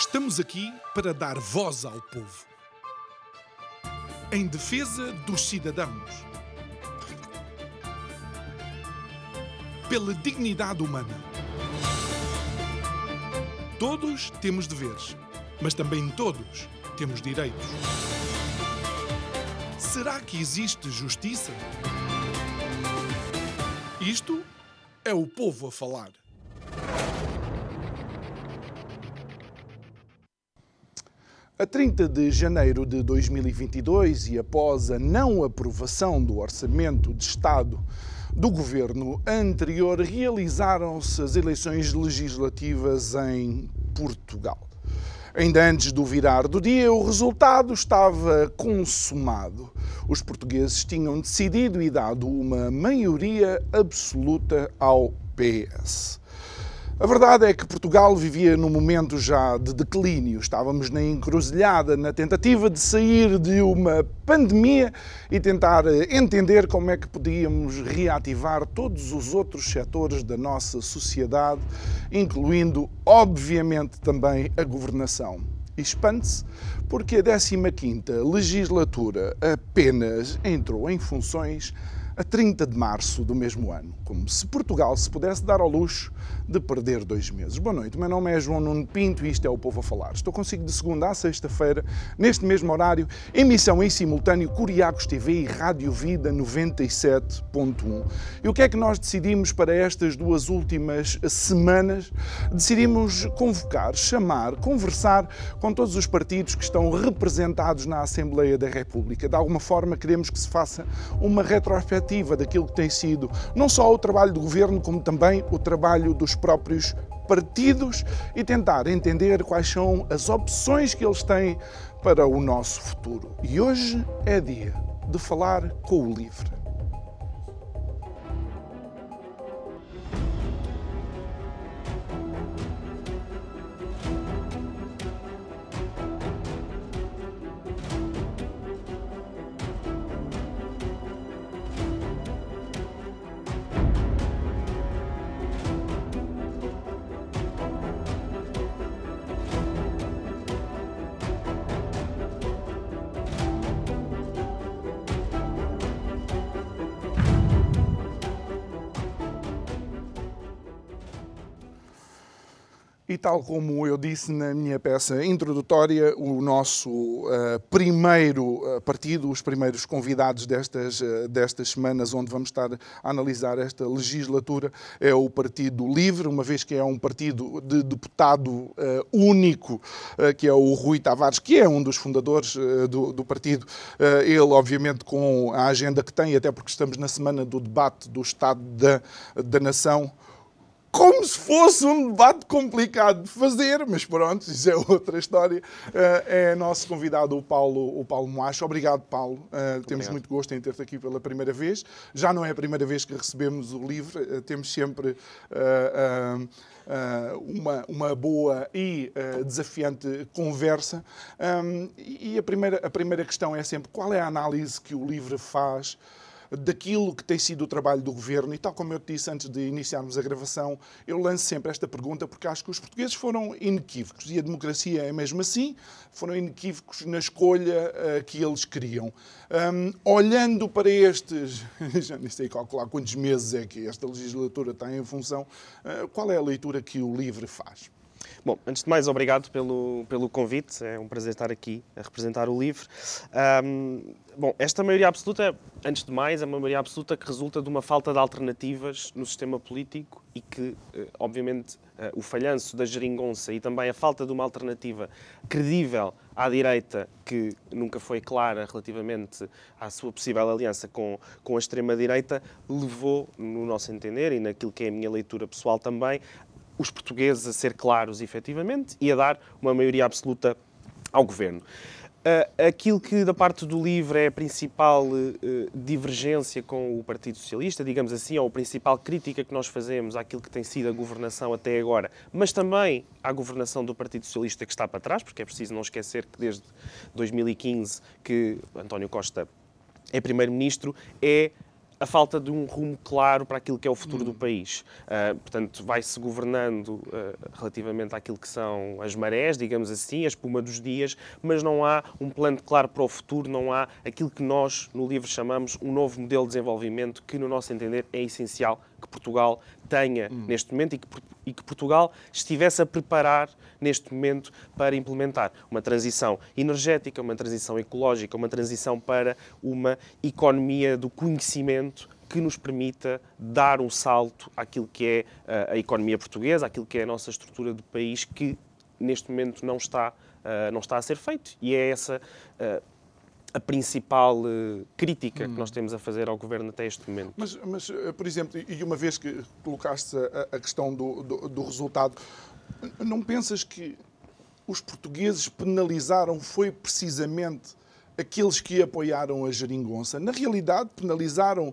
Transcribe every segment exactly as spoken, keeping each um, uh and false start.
Estamos aqui para dar voz ao povo, em defesa dos cidadãos, pela dignidade humana. Todos temos deveres, mas também todos temos direitos. Será que existe justiça? Isto é o povo a falar. A trinta de janeiro de dois mil e vinte e dois, e após a não aprovação do Orçamento de Estado do governo anterior, realizaram-se as eleições legislativas em Portugal. Ainda antes do virar do dia, o resultado estava consumado. Os portugueses tinham decidido e dado uma maioria absoluta ao P S. A verdade é que Portugal vivia num momento já de declínio. Estávamos na encruzilhada, na tentativa de sair de uma pandemia e tentar entender como é que podíamos reativar todos os outros setores da nossa sociedade, incluindo, obviamente, também a governação. E espante-se porque a décima quinta legislatura apenas entrou em funções a trinta de março do mesmo ano, como se Portugal se pudesse dar ao luxo de perder dois meses. Boa noite, o meu nome é João Nuno Pinto e isto é o Povo a Falar. Estou consigo de segunda a sexta-feira, neste mesmo horário, emissão em simultâneo Curiacos T V e Rádio Vida noventa e sete ponto um. E o que é que nós decidimos para estas duas últimas semanas? Decidimos convocar, chamar, conversar com todos os partidos que estão representados na Assembleia da República. De alguma forma queremos que se faça uma retrospectiva daquilo que tem sido não só o trabalho do governo, como também o trabalho dos próprios partidos e tentar entender quais são as opções que eles têm para o nosso futuro. E hoje é dia de falar com o LIVRE. E tal como eu disse na minha peça introdutória, o nosso uh, primeiro uh, partido, os primeiros convidados destas, uh, destas semanas, onde vamos estar a analisar esta legislatura, é o Partido Livre, uma vez que é um partido de deputado uh, único, uh, que é o Rui Tavares, que é um dos fundadores uh, do, do partido. Uh, ele, obviamente, com a agenda que tem, até porque estamos na semana do debate do Estado da, da Nação, como se fosse um debate complicado de fazer, mas pronto, isso é outra história. É nosso convidado o Paulo, o Paulo Moacho. Obrigado, Paulo. Uh, temos muito gosto em ter-te aqui pela primeira vez. Já não é a primeira vez que recebemos o LIVRE, uh, temos sempre uh, uh, uh, uma, uma boa e uh, desafiante conversa. Um, e a primeira, a primeira questão é sempre qual é a análise que o LIVRE faz daquilo que tem sido o trabalho do governo. E tal como eu te disse antes de iniciarmos a gravação, eu lanço sempre esta pergunta porque acho que os portugueses foram inequívocos, e a democracia é mesmo assim, foram inequívocos na escolha uh, que eles queriam. Um, olhando para estes, já nem sei calcular quantos meses é que esta legislatura está em função, uh, qual é a leitura que o LIVRE faz? Bom, antes de mais, obrigado pelo, pelo convite. É um prazer estar aqui a representar o LIVRE. Um, bom, esta maioria absoluta, antes de mais, é uma maioria absoluta que resulta de uma falta de alternativas no sistema político e que, obviamente, o falhanço da geringonça e também a falta de uma alternativa credível à direita, que nunca foi clara relativamente à sua possível aliança com, com a extrema-direita, levou, no nosso entender e naquilo que é a minha leitura pessoal também, os portugueses a ser claros, efetivamente, e a dar uma maioria absoluta ao governo. Uh, aquilo que, da parte do LIVRE, é a principal uh, divergência com o Partido Socialista, digamos assim, ou a principal crítica que nós fazemos àquilo que tem sido a governação até agora, mas também à governação do Partido Socialista que está para trás, porque é preciso não esquecer que desde dois mil e quinze que António Costa é primeiro-ministro, é a falta de um rumo claro para aquilo que é o futuro hum. do país. Uh, portanto, vai-se governando uh, relativamente àquilo que são as marés, digamos assim, a espuma dos dias, mas não há um plano claro para o futuro, não há aquilo que nós, no livro, chamamos um novo modelo de desenvolvimento que, no nosso entender, é essencial que Portugal tenha hum. neste momento e que, e que Portugal estivesse a preparar neste momento para implementar uma transição energética, uma transição ecológica, uma transição para uma economia do conhecimento que nos permita dar um salto àquilo que é a economia portuguesa, àquilo que é a nossa estrutura do país, que neste momento não está, não está a ser feito. E é essa a principal uh, crítica hum. que nós temos a fazer ao Governo até este momento. Mas, mas por exemplo, e uma vez que colocaste a, a questão do, do, do resultado, não pensas que os portugueses penalizaram foi precisamente aqueles que apoiaram a geringonça? Na realidade, penalizaram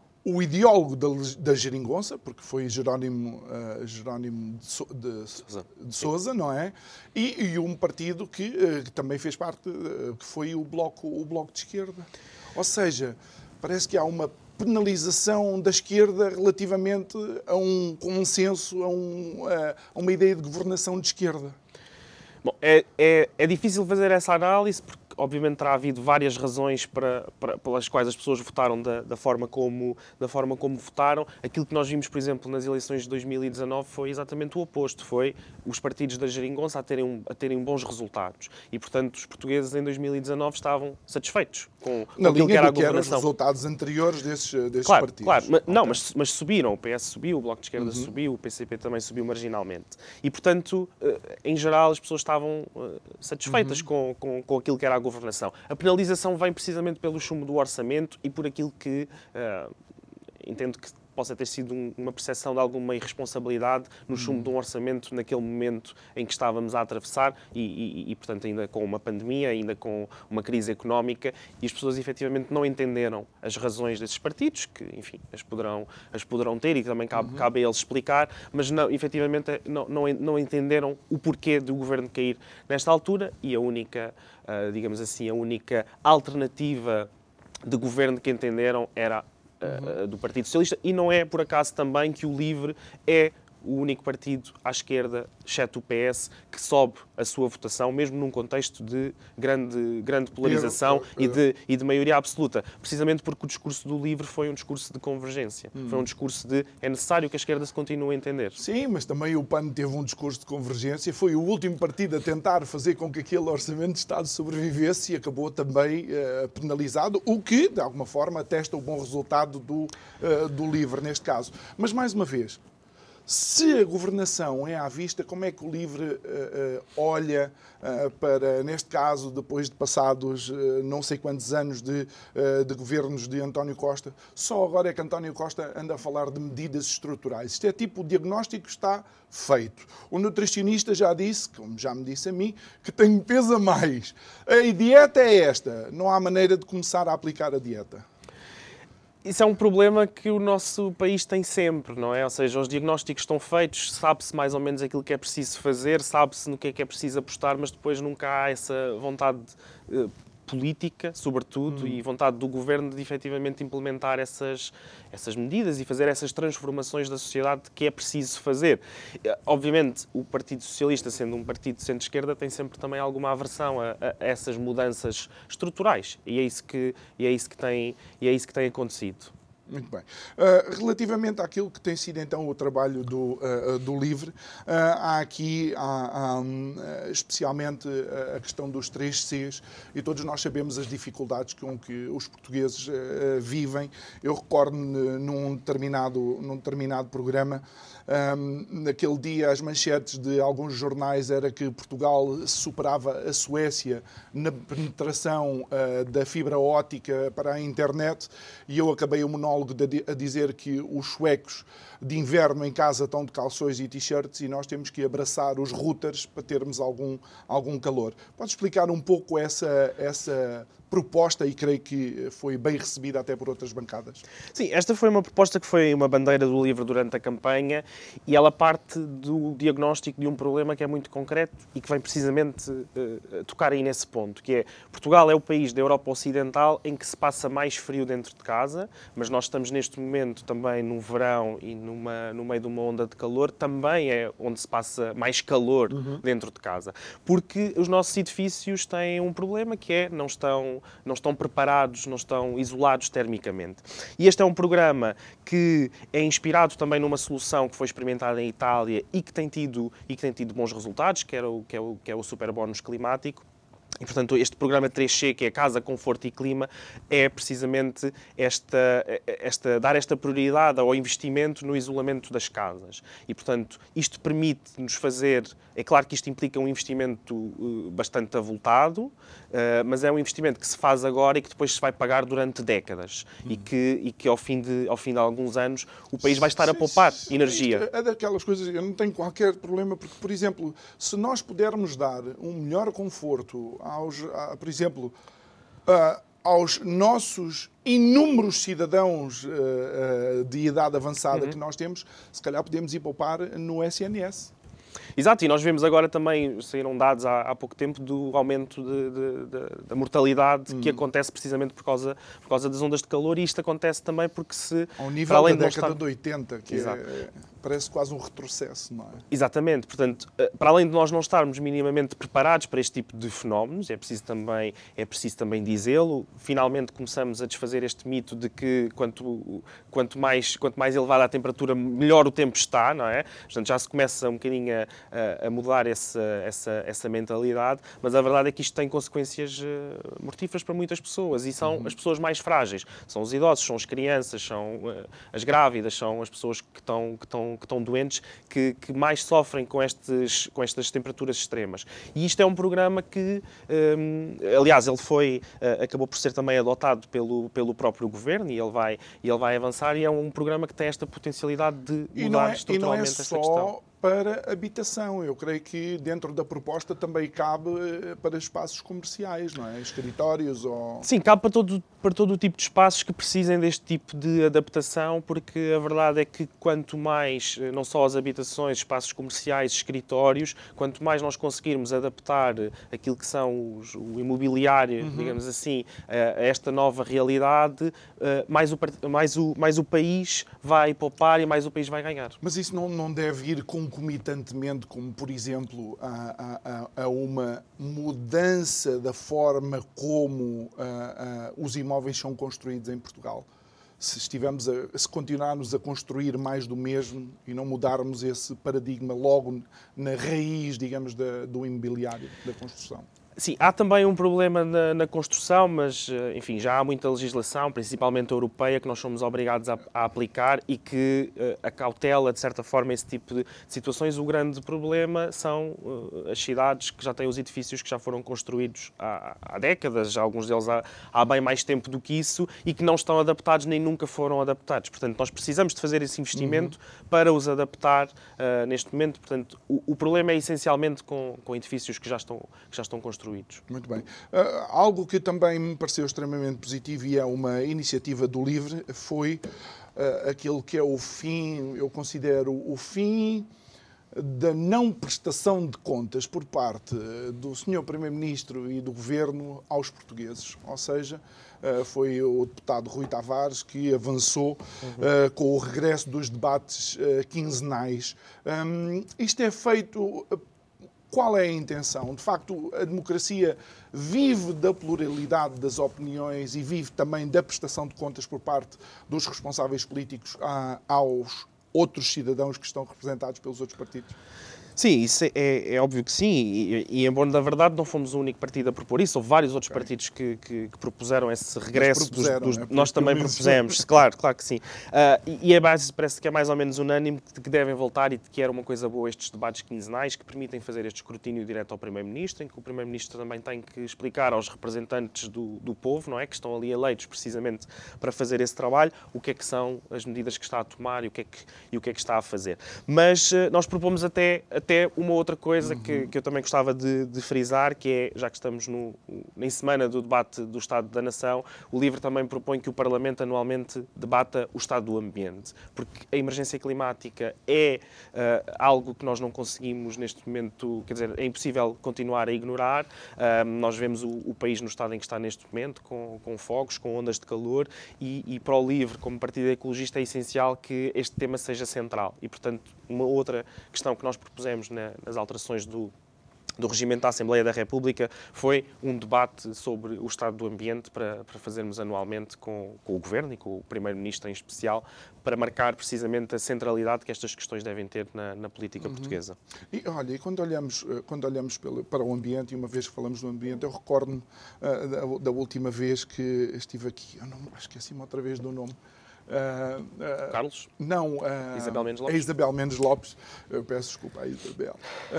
o ideólogo da, da geringonça, porque foi Jerónimo, uh, Jerónimo de, so, de, Sousa. de Sousa, não é? E, e um partido que, uh, que também fez parte, uh, que foi o Bloco, o Bloco de Esquerda. Ou seja, parece que há uma penalização da esquerda relativamente a um consenso, a, um, a uma ideia de governação de esquerda. Bom, é, é, é difícil fazer essa análise porque, obviamente, terá havido várias razões para, para, pelas quais as pessoas votaram da, da, forma como, da forma como votaram. Aquilo que nós vimos, por exemplo, nas eleições de dois mil e dezanove foi exatamente o oposto. Foi os partidos da geringonça a terem, a terem bons resultados. E, portanto, os portugueses em dois mil e dezanove estavam satisfeitos com, com Na aquilo linha que era a do que eram os governação. resultados anteriores desses, desses claro, partidos. Claro, mas, okay. não, mas, mas subiram. O P S subiu, o Bloco de Esquerda uhum. subiu, o P C P também subiu marginalmente. E, portanto, em geral, as pessoas estavam satisfeitas uhum. com, com, com aquilo que era a governação. A penalização vem precisamente pelo chumbo do orçamento e por aquilo que uh, entendo que possa ter sido um, uma percepção de alguma irresponsabilidade no chumbo de um orçamento naquele momento em que estávamos a atravessar e, e, e, portanto, ainda com uma pandemia, ainda com uma crise económica, e as pessoas efetivamente não entenderam as razões desses partidos, que, enfim, as poderão, as poderão ter e que também cabe, uhum. cabe a eles explicar, mas não, efetivamente não, não, não entenderam o porquê do governo cair nesta altura e a única, uh, digamos assim, a única alternativa de governo que entenderam era Uhum. do Partido Socialista, e não é por acaso também que o LIVRE é o único partido à esquerda, exceto o P S, que sobe a sua votação, mesmo num contexto de grande, grande polarização eu, eu, eu. E, de, e de maioria absoluta. Precisamente porque o discurso do LIVRE foi um discurso de convergência. Hum. Foi um discurso de é necessário que a esquerda se continue a entender. Sim, mas também o P A N teve um discurso de convergência. Foi o último partido a tentar fazer com que aquele orçamento de Estado sobrevivesse e acabou também uh, penalizado, o que, de alguma forma, atesta o bom resultado do, uh, do LIVRE, neste caso. Mas, mais uma vez, se a governação é à vista, como é que o LIVRE uh, uh, olha uh, para, neste caso, depois de passados uh, não sei quantos anos de, uh, de governos de António Costa, só agora é que António Costa anda a falar de medidas estruturais. Isto é tipo, o diagnóstico está feito. O nutricionista já disse, como já me disse a mim, que tem peso a mais. A dieta é esta. Não há maneira de começar a aplicar a dieta. Isso é um problema que o nosso país tem sempre, não é? Ou seja, os diagnósticos estão feitos, sabe-se mais ou menos aquilo que é preciso fazer, sabe-se no que é que é preciso apostar, mas depois nunca há essa vontade uh, política, sobretudo, hum. e vontade do governo de efetivamente implementar essas, essas medidas e fazer essas transformações da sociedade que é preciso fazer. Obviamente, o Partido Socialista, sendo um partido de centro-esquerda, tem sempre também alguma aversão a, a essas mudanças estruturais e é isso que, e é isso que, tem, e é isso que tem acontecido. Muito bem. Uh, relativamente àquilo que tem sido então o trabalho do, uh, do LIVRE, uh, há aqui há, há, um, especialmente a questão dos três Cs, e todos nós sabemos as dificuldades com que os portugueses uh, vivem. Eu recordo-me num determinado, num determinado programa, um, naquele dia as manchetes de alguns jornais era que Portugal superava a Suécia na penetração uh, da fibra óptica para a internet, e eu acabei o monólogo a dizer que os suecos de inverno em casa estão de calções e t-shirts e nós temos que abraçar os routers para termos algum, algum calor. Pode explicar um pouco essa, essa proposta e creio que foi bem recebida até por outras bancadas. Sim, esta foi uma proposta que foi uma bandeira do LIVRE durante a campanha e ela parte do diagnóstico de um problema que é muito concreto e que vem precisamente uh, tocar aí nesse ponto, que é Portugal é o país da Europa Ocidental em que se passa mais frio dentro de casa, mas nós estamos neste momento também no verão e numa, no meio de uma onda de calor, também é onde se passa mais calor uhum. dentro de casa. Porque os nossos edifícios têm um problema que é não estão não estão preparados, não estão isolados termicamente. E este é um programa que é inspirado também numa solução que foi experimentada em Itália e que tem tido, e que tem tido bons resultados, que, era o, que, é o, que é o Superbónus climático. E, portanto, este programa três C, que é Casa, Conforto e Clima, é precisamente esta, esta, dar esta prioridade ao investimento no isolamento das casas. E, portanto, isto permite-nos fazer... É claro que isto implica um investimento uh, bastante avultado, uh, mas é um investimento que se faz agora e que depois se vai pagar durante décadas. Hum. E, que, e que, ao fim, de, ao fim de alguns anos, o país vai estar sim, a poupar sim, energia. Isto é daquelas coisas... Eu não tenho qualquer problema, porque, por exemplo, se nós pudermos dar um melhor conforto aos, a, por exemplo, a, aos nossos inúmeros cidadãos uh, uh, de idade avançada uhum. que nós temos, se calhar podemos ir poupar no S N S. Exato, e nós vemos agora também, saíram dados há, há pouco tempo, do aumento de, de, de, da mortalidade hum. que acontece precisamente por causa, por causa das ondas de calor, e isto acontece também porque se... Ao nível além da década estar... de oitenta, que é, parece quase um retrocesso, não é? Exatamente, portanto, para além de nós não estarmos minimamente preparados para este tipo de fenómenos, é preciso também, é preciso também dizê-lo, finalmente começamos a desfazer este mito de que quanto, quanto, mais, quanto mais elevada a temperatura, melhor o tempo está, não é? Portanto, já se começa um bocadinho a A, a mudar essa, essa, essa mentalidade, mas a verdade é que isto tem consequências uh, mortíferas para muitas pessoas e são uhum. as pessoas mais frágeis. São os idosos, são as crianças, são uh, as grávidas, são as pessoas que estão, que estão, que estão doentes, que, que mais sofrem com, estes, com estas temperaturas extremas. E isto é um programa que, um, aliás, ele foi, uh, acabou por ser também adotado pelo, pelo próprio governo e ele, vai, e ele vai avançar, e é um programa que tem esta potencialidade de mudar e não é, estruturalmente e não é esta só... questão. Para habitação. Eu creio que dentro da proposta também cabe para espaços comerciais, não é? Escritórios ou... Sim, cabe para todo, para todo o tipo de espaços que precisem deste tipo de adaptação, porque a verdade é que quanto mais, não só as habitações, espaços comerciais, escritórios, quanto mais nós conseguirmos adaptar aquilo que são os, o imobiliário, uhum. digamos assim, a, a esta nova realidade, mais o, mais, o, mais o país vai poupar e mais o país vai ganhar. Mas isso não, não deve ir com concomitantemente, como por exemplo, a, a, a uma mudança da forma como a, a, os imóveis são construídos em Portugal. Se, estivermos a, se continuarmos a construir mais do mesmo e não mudarmos esse paradigma logo na raiz, digamos, da, do imobiliário, da construção. Sim, há também um problema na, na construção, mas, enfim, já há muita legislação, principalmente europeia, que nós somos obrigados a, a aplicar e que uh, acautela, de certa forma, esse tipo de situações. O grande problema são uh, as cidades que já têm os edifícios que já foram construídos há, há décadas, já alguns deles há, há bem mais tempo do que isso, e que não estão adaptados nem nunca foram adaptados. Portanto, nós precisamos de fazer esse investimento uhum. para os adaptar uh, neste momento. Portanto, o, o problema é essencialmente com, com edifícios que já estão, que já estão construídos. Muito bem. Uh, algo que também me pareceu extremamente positivo e é uma iniciativa do LIVRE foi uh, aquele que é o fim, eu considero o fim da não prestação de contas por parte do senhor Primeiro-Ministro e do Governo aos portugueses. Ou seja, uh, foi o deputado Rui Tavares que avançou uhum. uh, com o regresso dos debates uh, quinzenais. Um, isto é feito... Uh, Qual é a intenção? De facto, a democracia vive da pluralidade das opiniões e vive também da prestação de contas por parte dos responsáveis políticos aos outros cidadãos que estão representados pelos outros partidos? Sim, isso é, é, é óbvio que sim, e, e em bom da verdade não fomos o único partido a propor isso, houve vários outros okay. partidos que, que, que propuseram esse regresso, dos, dos, é? nós também propusemos, claro, claro que sim, uh, e, e é base, parece que é mais ou menos unânime de que devem voltar e de que era uma coisa boa estes debates quinzenais que permitem fazer este escrutínio direto ao Primeiro-Ministro, em que o Primeiro-Ministro também tem que explicar aos representantes do, do povo, não é, que estão ali eleitos precisamente para fazer esse trabalho, o que é que são as medidas que está a tomar e o que é que, e o que, é que está a fazer. Mas uh, nós propomos até Até uma outra coisa uhum. que, que eu também gostava de, de frisar, que é, já que estamos no, em semana do debate do Estado da Nação, o livro também propõe que o Parlamento anualmente debata o estado do ambiente, porque a emergência climática é uh, algo que nós não conseguimos neste momento, quer dizer, é impossível continuar a ignorar. Uh, nós vemos o, o país no estado em que está neste momento, com, com fogos, com ondas de calor, e, e para o LIVRE, como partido ecologista, é essencial que este tema seja central. E, portanto, uma outra questão que nós propusemos na, nas alterações do, do regimento da Assembleia da República foi um debate sobre o estado do ambiente para, para fazermos anualmente com, com o Governo e com o Primeiro-Ministro em especial, para marcar precisamente a centralidade que estas questões devem ter na, na política uhum. portuguesa. E olha, e quando olhamos, quando olhamos para o ambiente, e uma vez que falamos do ambiente, eu recordo-me uh, da, da última vez que estive aqui, eu não esqueci-me outra vez do nome. Uh, uh, Carlos? Não. Uh, Isabel Mendes Lopes? A Isabel Mendes Lopes. Eu peço desculpa à Isabel.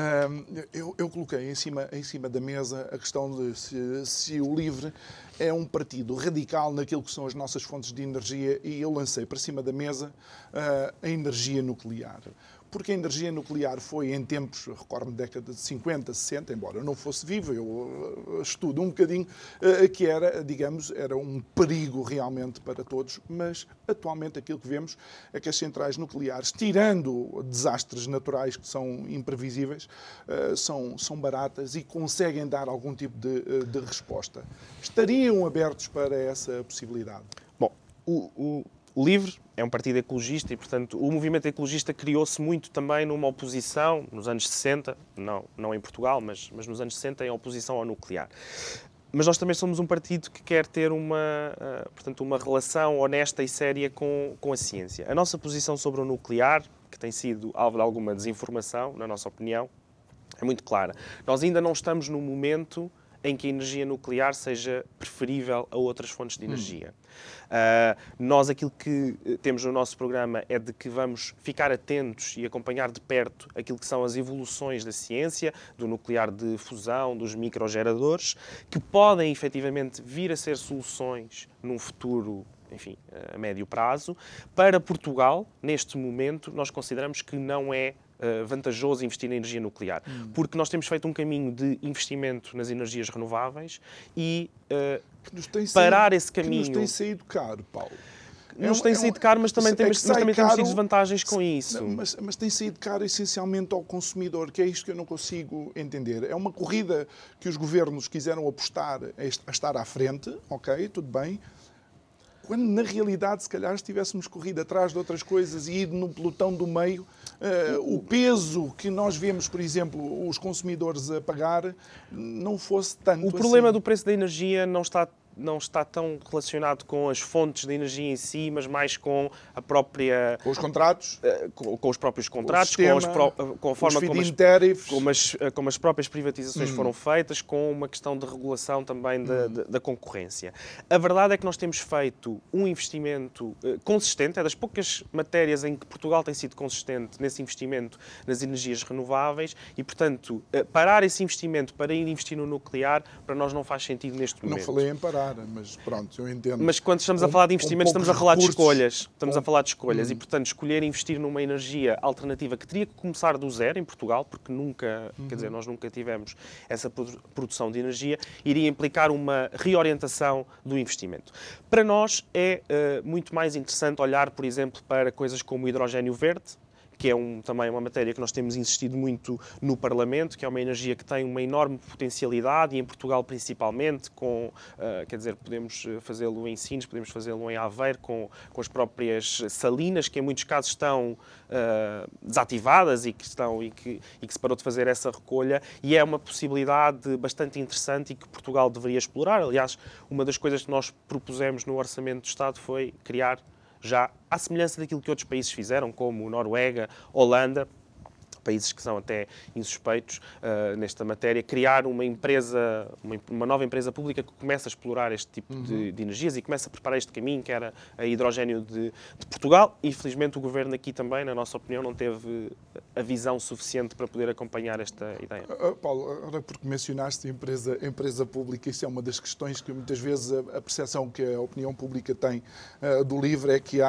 Uh, eu, eu coloquei em cima, em cima da mesa a questão de se, se o LIVRE é um partido radical naquilo que são as nossas fontes de energia, e eu lancei para cima da mesa uh, a energia nuclear. Porque a energia nuclear foi, em tempos, recordo-me, década de cinquenta, sessenta, embora eu não fosse vivo, eu estudo um bocadinho, que era, digamos, era um perigo realmente para todos, mas atualmente aquilo que vemos é que as centrais nucleares, tirando desastres naturais que são imprevisíveis, são, são baratas e conseguem dar algum tipo de, de resposta. Estariam abertos para essa possibilidade? Bom, o... o... O LIVRE é um partido ecologista e, portanto, o movimento ecologista criou-se muito também numa oposição, nos anos sessenta, não, não em Portugal, mas, mas nos anos sessenta, em oposição ao nuclear. Mas nós também somos um partido que quer ter uma, uh, portanto, uma relação honesta e séria com, com a ciência. A nossa posição sobre o nuclear, que tem sido alvo de alguma desinformação, na nossa opinião, é muito clara. Nós ainda não estamos no momento em que a energia nuclear seja preferível a outras fontes de energia. Hum. Uh, nós aquilo que temos no nosso programa é de que vamos ficar atentos e acompanhar de perto aquilo que são as evoluções da ciência, do nuclear de fusão, dos microgeradores, que podem efetivamente vir a ser soluções num futuro, enfim, a médio prazo. Para Portugal, neste momento, nós consideramos que não é Uh, vantajoso investir na energia nuclear, hum. porque nós temos feito um caminho de investimento nas energias renováveis e uh, que nos tem parar saído, esse caminho... Que nos tem saído caro, Paulo. Nos é um, tem saído caro, mas também, é temos, mas também caro, temos tido desvantagens com isso. Mas, mas tem saído caro essencialmente ao consumidor, que é isto que eu não consigo entender. É uma corrida que os governos quiseram apostar a estar à frente, ok, tudo bem, quando na realidade, se calhar, se tivéssemos corrido atrás de outras coisas e ido no pelotão do meio, uh, o peso que nós vemos, por exemplo, os consumidores a pagar, não fosse tanto O problema assim. do preço da energia não está não está tão relacionado com as fontes de energia em si, mas mais com a própria... Com os contratos? Com, com os próprios contratos, com, com, sistema, os, com a forma como as, como, as, como as próprias privatizações hum. foram feitas, com uma questão de regulação também da, hum. da, da concorrência. A verdade é que nós temos feito um investimento uh, consistente, é das poucas matérias em que Portugal tem sido consistente nesse investimento nas energias renováveis e, portanto, uh, parar esse investimento para ir investir no nuclear, para nós não faz sentido neste momento. Não falei em parar, mas pronto, eu entendo. Mas quando estamos com, a falar de investimentos, estamos a falar de escolhas. Estamos com... a falar de escolhas hum. e, portanto, escolher investir numa energia alternativa que teria que começar do zero em Portugal, porque nunca, uhum. quer dizer, nós nunca tivemos essa produção de energia, iria implicar uma reorientação do investimento. Para nós é uh, muito mais interessante olhar, por exemplo, para coisas como o hidrogénio verde, que é um, também uma matéria que nós temos insistido muito no Parlamento, que é uma energia que tem uma enorme potencialidade, e em Portugal principalmente, com, uh, quer dizer, podemos fazê-lo em Sines, podemos fazê-lo em Aveiro, com, com as próprias salinas, que em muitos casos estão uh, desativadas e que, estão, e, que, e que se parou de fazer essa recolha, e é uma possibilidade bastante interessante e que Portugal deveria explorar. Aliás, uma das coisas que nós propusemos no Orçamento do Estado foi criar, já à semelhança daquilo que outros países fizeram, como Noruega, Holanda, países que são até insuspeitos uh, nesta matéria, criar uma empresa, uma, uma nova empresa pública que começa a explorar este tipo uhum. de, de energias e começa a preparar este caminho, que era a hidrogénio de, de Portugal. E, felizmente, o Governo aqui também, na nossa opinião, não teve a visão suficiente para poder acompanhar esta ideia. Uh, Paulo, agora porque mencionaste a empresa, empresa pública, isso é uma das questões que muitas vezes a, a percepção que a opinião pública tem uh, do LIVRE é que há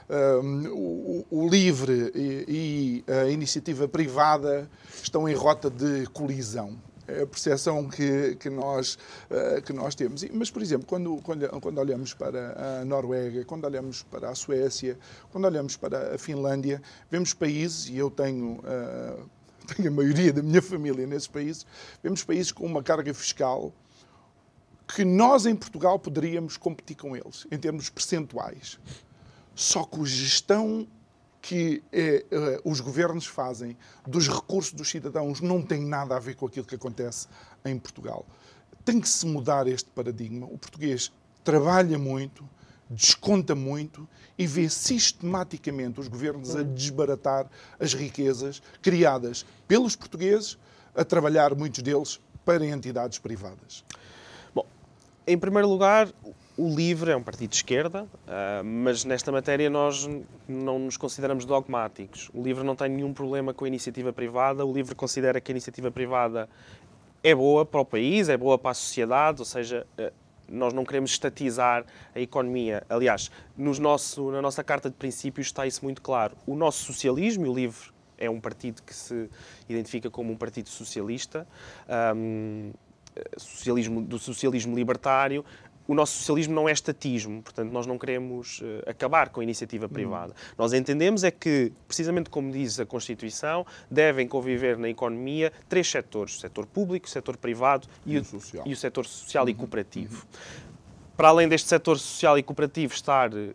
o, o LIVRE e, e a iniciativa privada estão em rota de colisão. É a percepção que, que, nós, que nós temos. Mas, por exemplo, quando, quando, quando olhamos para a Noruega, quando olhamos para a Suécia, quando olhamos para a Finlândia, vemos países, e eu tenho, tenho a maioria da minha família nesses países, vemos países com uma carga fiscal que nós, em Portugal, poderíamos competir com eles, em termos percentuais. Só que a gestão que é, uh, os governos fazem dos recursos dos cidadãos não tem nada a ver com aquilo que acontece em Portugal. Tem que se mudar este paradigma. O português trabalha muito, desconta muito e vê sistematicamente os governos a desbaratar as riquezas criadas pelos portugueses, a trabalhar, muitos deles, para entidades privadas. Bom, em primeiro lugar, o LIVRE é um partido de esquerda, uh, mas nesta matéria nós não nos consideramos dogmáticos. O LIVRE não tem nenhum problema com a iniciativa privada. O LIVRE considera que a iniciativa privada é boa para o país, é boa para a sociedade, ou seja, uh, nós não queremos estatizar a economia. Aliás, nos nosso, na nossa Carta de Princípios está isso muito claro. O nosso socialismo, e o LIVRE é um partido que se identifica como um partido socialista, um, socialismo, do socialismo libertário. O nosso socialismo não é estatismo, portanto, nós não queremos uh, acabar com a iniciativa privada. Hum. Nós entendemos é que, precisamente como diz a Constituição, devem conviver na economia três setores: o setor público, o setor privado e, e, o, social. e o setor social uhum. e cooperativo. Uhum. Para além deste setor social e cooperativo estar uh,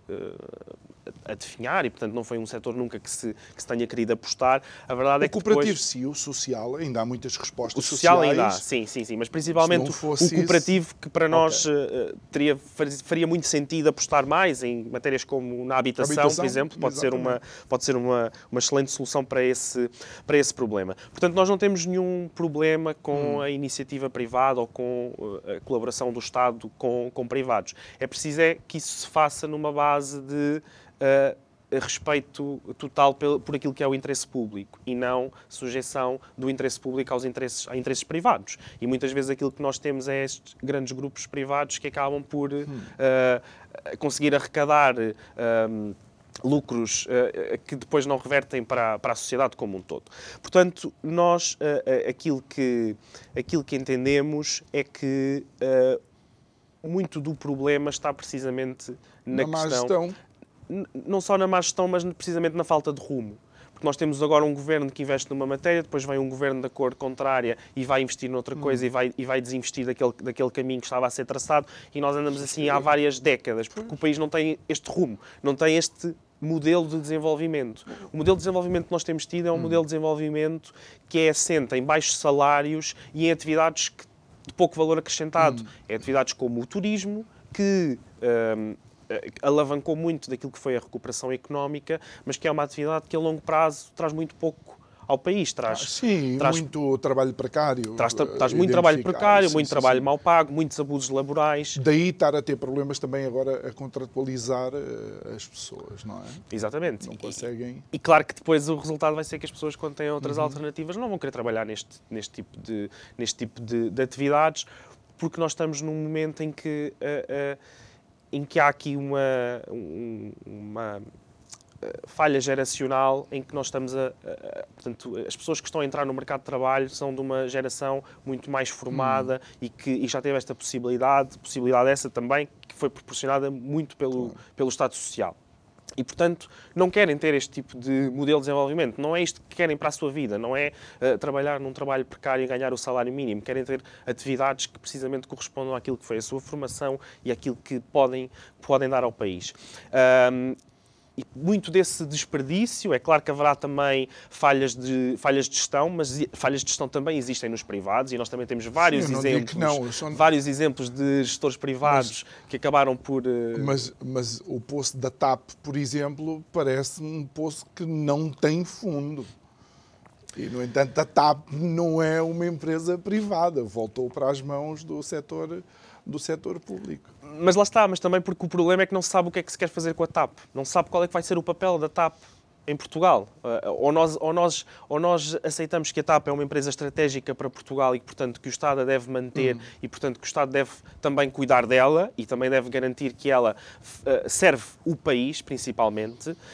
a definhar, e portanto não foi um setor nunca que se, que se tenha querido apostar, a verdade o é que cooperativo depois... sim, o social ainda há muitas respostas o social sociais. ainda há, sim, sim, sim, mas principalmente o cooperativo isso... que para nós okay. uh, teria, faria muito sentido apostar mais em matérias como na habitação, habitação por exemplo, pode exatamente. ser, uma, pode ser uma, uma excelente solução para esse, para esse problema. Portanto, nós não temos nenhum problema com hum. a iniciativa privada ou com a colaboração do Estado com, com privados. É preciso é que isso se faça numa base de uh, respeito total por aquilo que é o interesse público e não sujeição do interesse público aos interesses, a interesses privados. E muitas vezes aquilo que nós temos é estes grandes grupos privados que acabam por hum. uh, conseguir arrecadar uh, lucros uh, que depois não revertem para, para a sociedade como um todo. Portanto, nós uh, aquilo, que, aquilo que entendemos é que uh, muito do problema está precisamente na, na questão... má gestão. Não só na má gestão, mas precisamente na falta de rumo. Porque nós temos agora um governo que investe numa matéria, depois vem um governo da cor contrária e vai investir noutra coisa hum. e, vai, e vai desinvestir daquele, daquele caminho que estava a ser traçado, e nós andamos assim há várias décadas, porque o país não tem este rumo, não tem este modelo de desenvolvimento. O modelo de desenvolvimento que nós temos tido é um hum. modelo de desenvolvimento que é assente em baixos salários e em atividades que, de pouco valor acrescentado. Hum. É atividades como o turismo, que... Um, alavancou muito daquilo que foi a recuperação económica, mas que é uma atividade que a longo prazo traz muito pouco ao país. Traz, ah, sim, traz, muito trabalho precário. Traz, traz muito trabalho precário, sim, muito sim, trabalho sim. mal pago, muitos abusos laborais. Daí estar a ter problemas também agora a contratualizar as pessoas, não é? Exatamente. Não conseguem... E, e claro que depois o resultado vai ser que as pessoas, quando têm outras uhum. alternativas, não vão querer trabalhar neste, neste tipo, de, neste tipo de, de atividades, porque nós estamos num momento em que... Uh, uh, em que há aqui uma, uma falha geracional em que nós estamos a, a... Portanto, as pessoas que estão a entrar no mercado de trabalho são de uma geração muito mais formada hum. e que e já teve esta possibilidade, possibilidade essa também, que foi proporcionada muito pelo, claro. pelo Estado Social. E, portanto, não querem ter este tipo de modelo de desenvolvimento. Não é isto que querem para a sua vida. Não é uh, trabalhar num trabalho precário e ganhar o salário mínimo. Querem ter atividades que precisamente correspondam àquilo que foi a sua formação e àquilo que podem, podem dar ao país. Um, E muito desse desperdício, é claro que haverá também falhas de, falhas de gestão, mas falhas de gestão também existem nos privados e nós também temos vários Sim, exemplos, não, só... vários exemplos de gestores privados mas, que acabaram por... Uh... Mas, mas o poço da TAP, por exemplo, parece um poço que não tem fundo. E, no entanto, a TAP não é uma empresa privada, voltou para as mãos do setor, do setor público. Mas lá está, mas também porque o problema é que não se sabe o que é que se quer fazer com a TAP. Não se sabe qual é que vai ser o papel da TAP em Portugal. Uh, ou, nós, ou, nós, ou nós aceitamos que a TAP é uma empresa estratégica para Portugal e que, portanto, que o Estado a deve manter, uhum, e, portanto, que o Estado deve também cuidar dela e também deve garantir que ela uh, serve o país, principalmente, uh,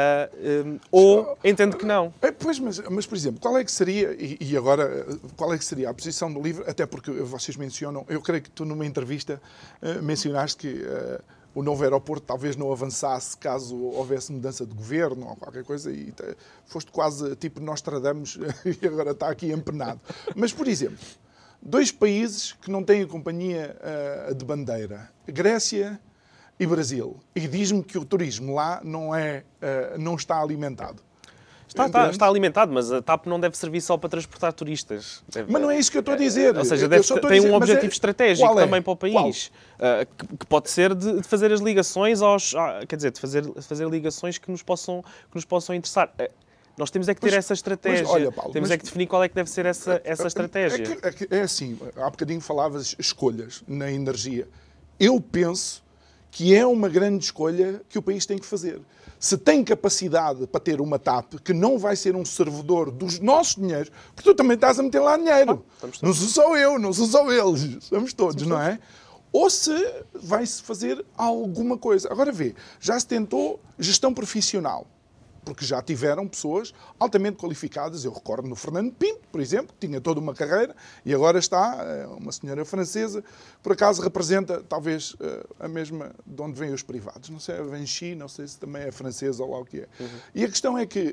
um, ou entende que não. É, pois, mas, mas, por exemplo, qual é que seria, e, e agora, qual é que seria a posição do LIVRE, até porque vocês mencionam, eu creio que tu numa entrevista uh, mencionaste que uh, o novo aeroporto talvez não avançasse caso houvesse mudança de governo ou qualquer coisa, e te, foste quase tipo Nostradamus e agora está aqui empenado. Mas, por exemplo, dois países que não têm a companhia uh, de bandeira, Grécia e Brasil, e diz-me que o turismo lá não, é, uh, não está alimentado. Está, está, está alimentado, mas a TAP não deve servir só para transportar turistas. Deve... Mas não é isso que eu estou a dizer. Ou seja, deve, tem dizer, um objetivo é... estratégico é? também para o país, uh, que, que pode ser de, de fazer as ligações aos... Ah, quer dizer, de fazer, de fazer ligações que nos possam, que nos possam interessar. Uh, nós temos é que ter mas, essa estratégia. Mas, olha, Paulo, temos mas, é que definir qual é que deve ser essa, essa estratégia. É, que, é, que, é assim, há bocadinho falavas escolhas na energia. Eu penso que é uma grande escolha que o país tem que fazer. Se tem capacidade para ter uma TAP que não vai ser um servidor dos nossos dinheiros, porque tu também estás a meter lá dinheiro. Ah, não sou só eu, não sou só eles, somos todos, estamos não é? Ou se vai-se fazer alguma coisa. Agora vê, já se tentou gestão profissional, porque já tiveram pessoas altamente qualificadas. Eu recordo no Fernando Pinto, por exemplo, que tinha toda uma carreira, e agora está uma senhora francesa, por acaso representa talvez a mesma de onde vêm os privados. Não sei, a Vinci, não sei se também é francesa ou lá o que é. Uhum. E a questão é que,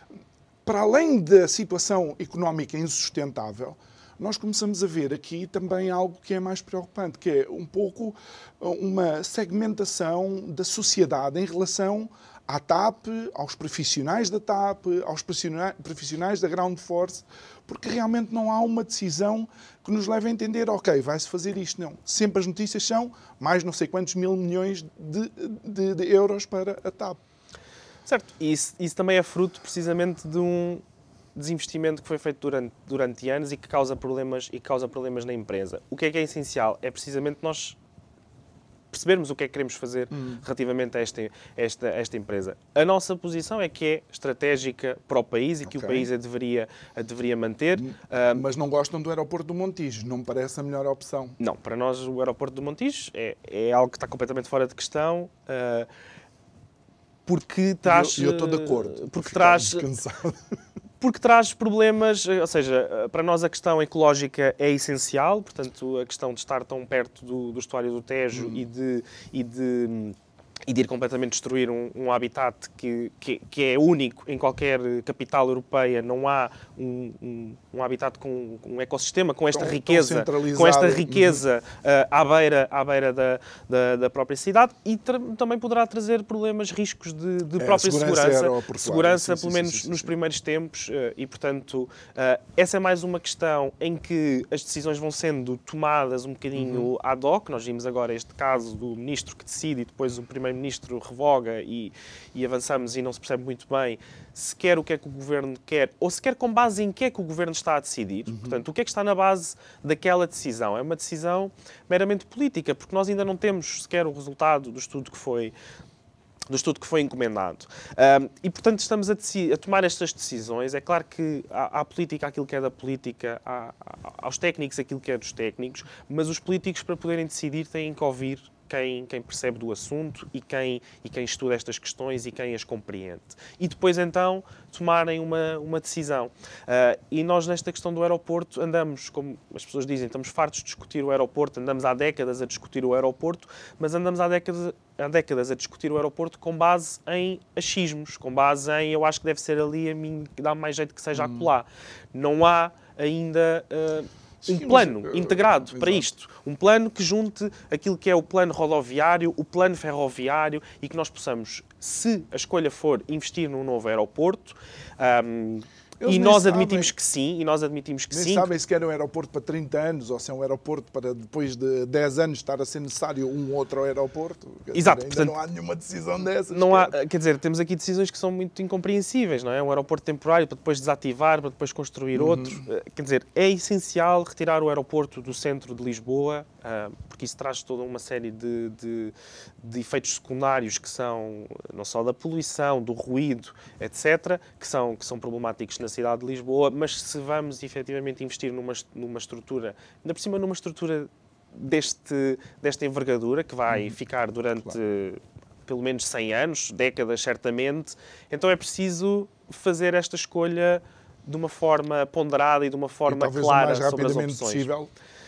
para além da situação económica insustentável, nós começamos a ver aqui também algo que é mais preocupante, que é um pouco uma segmentação da sociedade em relação à TAP, aos profissionais da TAP, aos profissionais da Ground Force, porque realmente não há uma decisão que nos leve a entender, ok, vai-se fazer isto. Não. Sempre as notícias são mais não sei quantos mil milhões de, de, de euros para a TAP. Certo. E isso, isso também é fruto precisamente de um desinvestimento que foi feito durante, durante anos e que causa problemas, e que causa problemas na empresa. O que é que é essencial? É precisamente nós percebermos o que é que queremos fazer hum. relativamente a esta, esta, esta empresa. A nossa posição é que é estratégica para o país e que okay. o país a deveria, a deveria manter. Hum. Mas não gostam do aeroporto do Montijo? Não me parece a melhor opção? Não, para nós o aeroporto do Montijo é, é algo que está completamente fora de questão, uh, porque traz... Eu, eu estou de acordo. Porque traz... Porque traz problemas, ou seja, para nós a questão ecológica é essencial, portanto, a questão de estar tão perto do, do estuário do Tejo hum. e, de, e, de, e de ir completamente destruir um, um habitat que, que, que é único em qualquer capital europeia. Não há um, um, um habitat com um ecossistema com esta tão, riqueza, tão com esta riqueza uhum. uh, à beira, à beira da, da, da própria cidade, e também poderá trazer problemas, riscos de, de é, própria segurança, segurança, segurança sim, pelo sim, menos sim, sim, sim, nos sim. primeiros tempos, uh, e portanto uh, essa é mais uma questão em que as decisões vão sendo tomadas um bocadinho uhum. ad hoc. Nós vimos agora este caso do ministro que decide e depois o primeiro-ministro revoga, e, e avançamos e não se percebe muito bem sequer o que é que o governo quer, ou sequer com base em que é que o governo está a decidir. Uhum. Portanto, o que é que está na base daquela decisão? É uma decisão meramente política, porque nós ainda não temos sequer o resultado do estudo que foi, do estudo que foi encomendado. Um, e, portanto, estamos a, a tomar estas decisões. É claro que há, há política aquilo que é da política, há, há, aos técnicos aquilo que é dos técnicos, mas os políticos, para poderem decidir, têm que ouvir Quem, quem percebe do assunto e quem, e quem estuda estas questões e quem as compreende. E depois, então, tomarem uma, uma decisão. Uh, e nós, nesta questão do aeroporto, andamos, como as pessoas dizem, estamos fartos de discutir o aeroporto, andamos há décadas a discutir o aeroporto, mas andamos há décadas, há décadas a discutir o aeroporto com base em achismos, com base em, eu acho que deve ser ali a mim que dá mais jeito que seja hum. acolá. Não há ainda... Uh, Um Sim, plano mas, uh, integrado uh, para isto. Um plano que junte aquilo que é o plano rodoviário, o plano ferroviário, e que nós possamos, se a escolha for investir num novo aeroporto, um, e nós sabem, admitimos que sim, e nós admitimos que nem sim. sabem se quer um aeroporto para trinta anos ou se é um aeroporto para depois de dez anos estar a ser necessário um outro aeroporto. Quer Exato. Dizer, ainda portanto, não há nenhuma decisão dessas. Não há, quer dizer, temos aqui decisões que são muito incompreensíveis, não é? Um aeroporto temporário para depois desativar, para depois construir uhum. outro. Quer dizer, é essencial retirar o aeroporto do centro de Lisboa uh, porque isso traz toda uma série de, de, de efeitos secundários que são não só da poluição, do ruído, etcétera, que são, que são problemáticos na cidade de Lisboa, mas se vamos efetivamente investir numa, numa estrutura, ainda por cima numa estrutura deste, desta envergadura, que vai uhum. ficar durante claro. pelo menos cem anos, décadas certamente, então é preciso fazer esta escolha de uma forma ponderada e de uma forma e clara o mais sobre as rapidamente opções. Possível.